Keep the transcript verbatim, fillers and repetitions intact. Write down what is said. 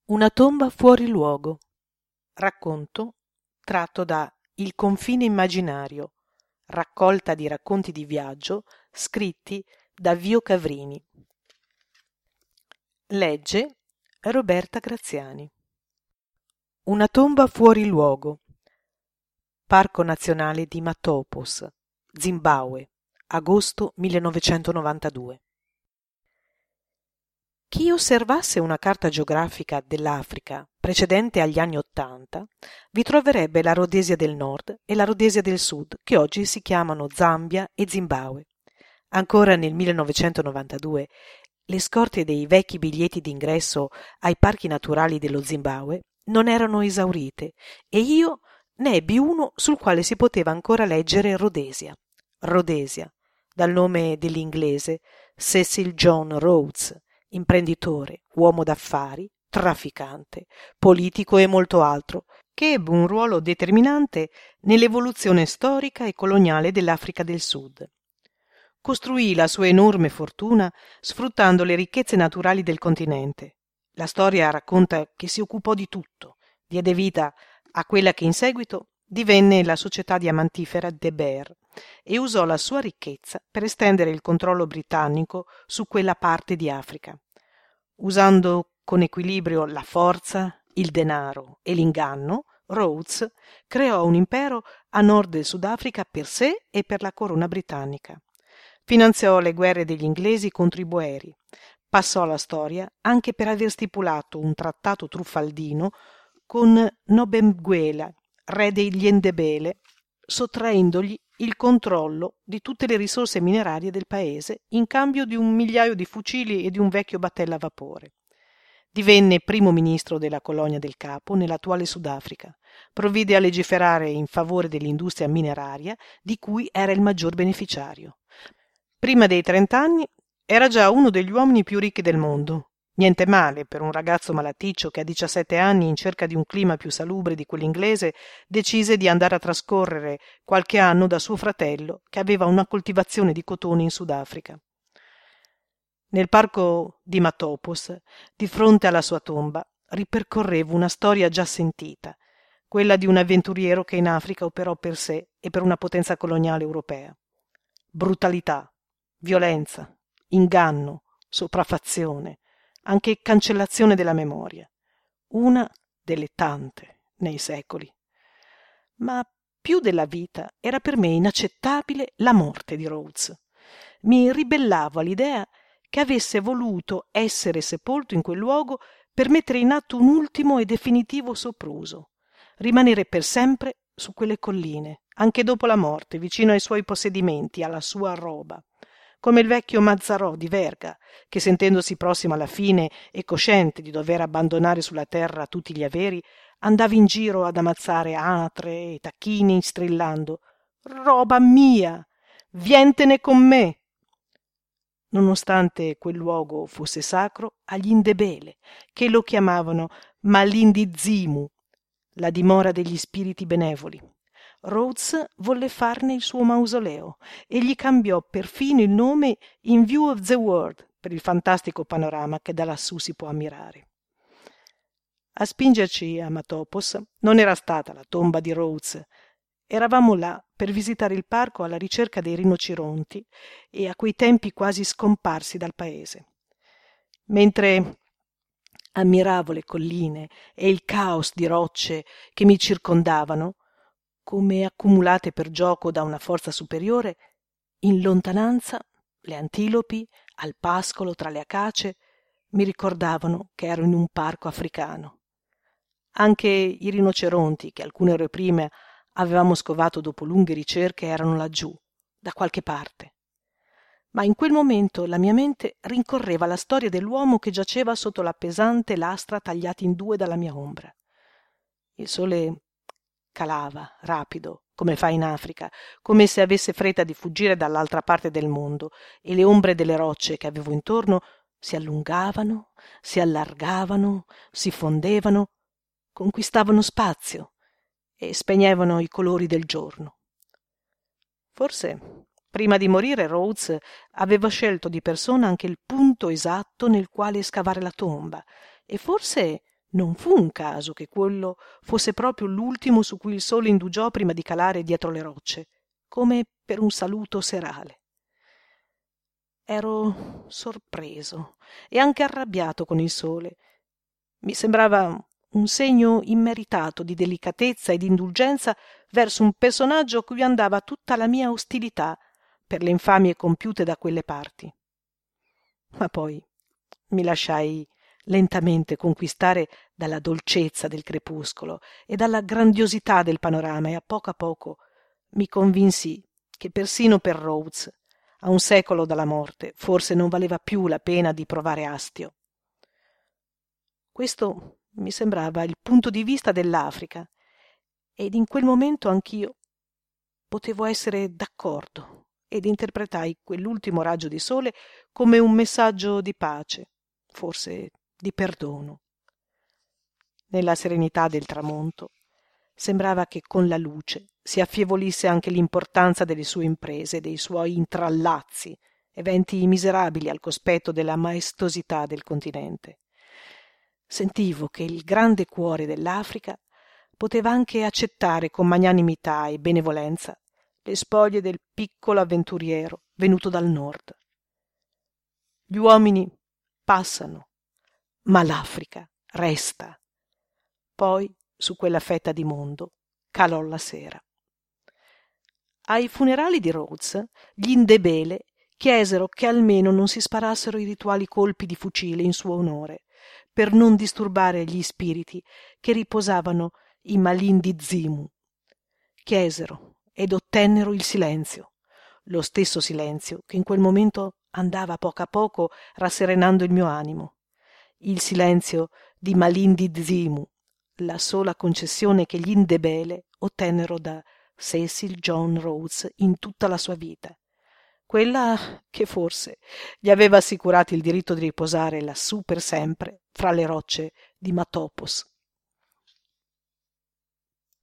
Una tomba fuori luogo. Racconto tratto da Il confine immaginario, raccolta di racconti di viaggio scritti da Vio Cavrini. Legge Roberta Graziani. Una tomba fuori luogo. Parco nazionale di Matopos, Zimbabwe, agosto millenovecentonovantadue. Chi osservasse una carta geografica dell'Africa precedente agli anni Ottanta vi troverebbe la Rhodesia del Nord e la Rhodesia del Sud, che oggi si chiamano Zambia e Zimbabwe. Ancora nel millenovecentonovantadue le scorte dei vecchi biglietti d'ingresso ai parchi naturali dello Zimbabwe non erano esaurite e io ne ebbi uno sul quale si poteva ancora leggere Rhodesia. Rhodesia, dal nome dell'inglese Cecil John Rhodes, imprenditore, uomo d'affari, trafficante, politico e molto altro, che ebbe un ruolo determinante nell'evoluzione storica e coloniale dell'Africa del Sud. Costruì la sua enorme fortuna sfruttando le ricchezze naturali del continente. La storia racconta che si occupò di tutto, diede vita a quella che in seguito divenne la società diamantifera De Beer e usò la sua ricchezza per estendere il controllo britannico su quella parte di Africa. Usando con equilibrio la forza, il denaro e l'inganno, Rhodes creò un impero a nord del Sudafrica per sé e per la corona britannica. Finanziò le guerre degli inglesi contro i boeri. Passò alla storia anche per aver stipulato un trattato truffaldino con Nobemguela, re degli Ndebele, sottraendogli il controllo di tutte le risorse minerarie del paese in cambio di un migliaio di fucili e di un vecchio battello a vapore. Divenne primo ministro della colonia del Capo nell'attuale Sudafrica. Provvide a legiferare in favore dell'industria mineraria di cui era il maggior beneficiario. Prima dei trent'anni era già uno degli uomini più ricchi del mondo. Niente male per un ragazzo malaticcio che a diciassette anni, in cerca di un clima più salubre di quell'inglese, decise di andare a trascorrere qualche anno da suo fratello, che aveva una coltivazione di cotone in Sudafrica. Nel parco di Matopos, di fronte alla sua tomba, ripercorrevo una storia già sentita, quella di un avventuriero che in Africa operò per sé e per una potenza coloniale europea. Brutalità, violenza, inganno, sopraffazione, anche cancellazione della memoria, una delle tante nei secoli. Ma più della vita era per me inaccettabile la morte di Rhodes. Mi ribellavo all'idea che avesse voluto essere sepolto in quel luogo per mettere in atto un ultimo e definitivo sopruso, rimanere per sempre su quelle colline, anche dopo la morte, vicino ai suoi possedimenti, alla sua roba, come il vecchio Mazzarò di Verga, che sentendosi prossimo alla fine e cosciente di dover abbandonare sulla terra tutti gli averi, andava in giro ad ammazzare anatre e tacchini strillando «Roba mia! Vientene con me!» Nonostante quel luogo fosse sacro agli Ndebele, che lo chiamavano Malindizimu, la dimora degli spiriti benevoli. Rhodes volle farne il suo mausoleo e gli cambiò perfino il nome in View of the World per il fantastico panorama che da lassù si può ammirare. A spingerci a Matopos non era stata la tomba di Rhodes. Eravamo là per visitare il parco alla ricerca dei rinoceronti e a quei tempi quasi scomparsi dal paese. Mentre ammiravo le colline e il caos di rocce che mi circondavano, come accumulate per gioco da una forza superiore, in lontananza le antilopi, al pascolo tra le acacie, mi ricordavano che ero in un parco africano. Anche i rinoceronti, che alcune ore prima avevamo scovato dopo lunghe ricerche, erano laggiù, da qualche parte. Ma in quel momento la mia mente rincorreva la storia dell'uomo che giaceva sotto la pesante lastra tagliata in due dalla mia ombra. Il sole calava, rapido, come fa in Africa, come se avesse fretta di fuggire dall'altra parte del mondo, e le ombre delle rocce che avevo intorno si allungavano, si allargavano, si fondevano, conquistavano spazio e spegnevano i colori del giorno. Forse prima di morire Rhodes aveva scelto di persona anche il punto esatto nel quale scavare la tomba, e forse Non fu un caso che quello fosse proprio l'ultimo su cui il sole indugiò prima di calare dietro le rocce, come per un saluto serale. Ero sorpreso e anche arrabbiato con il sole. Mi sembrava un segno immeritato di delicatezza e di indulgenza verso un personaggio a cui andava tutta la mia ostilità per le infamie compiute da quelle parti. Ma poi mi lasciai lentamente conquistare dalla dolcezza del crepuscolo e dalla grandiosità del panorama, e a poco a poco mi convinsi che persino per Rhodes, a un secolo dalla morte, forse non valeva più la pena di provare astio. Questo mi sembrava il punto di vista dell'Africa, ed in quel momento anch'io potevo essere d'accordo, ed interpretai quell'ultimo raggio di sole come un messaggio di pace, forse di perdono. Nella serenità del tramonto sembrava che con la luce si affievolisse anche l'importanza delle sue imprese, dei suoi intrallazzi, eventi miserabili al cospetto della maestosità del continente. Sentivo che il grande cuore dell'Africa poteva anche accettare con magnanimità e benevolenza le spoglie del piccolo avventuriero venuto dal nord. Gli uomini passano, ma l'Africa resta. Poi, su quella fetta di mondo, calò la sera. Ai funerali di Rhodes, gli Indebele chiesero che almeno non si sparassero i rituali colpi di fucile in suo onore, per non disturbare gli spiriti che riposavano in Malindi Zimu. Chiesero ed ottennero il silenzio, lo stesso silenzio che in quel momento andava a poco a poco rasserenando il mio animo, il silenzio di Malindi Zimu, la sola concessione che gli Indebele ottennero da Cecil John Rhodes in tutta la sua vita, quella che forse gli aveva assicurato il diritto di riposare lassù per sempre fra le rocce di Matopos.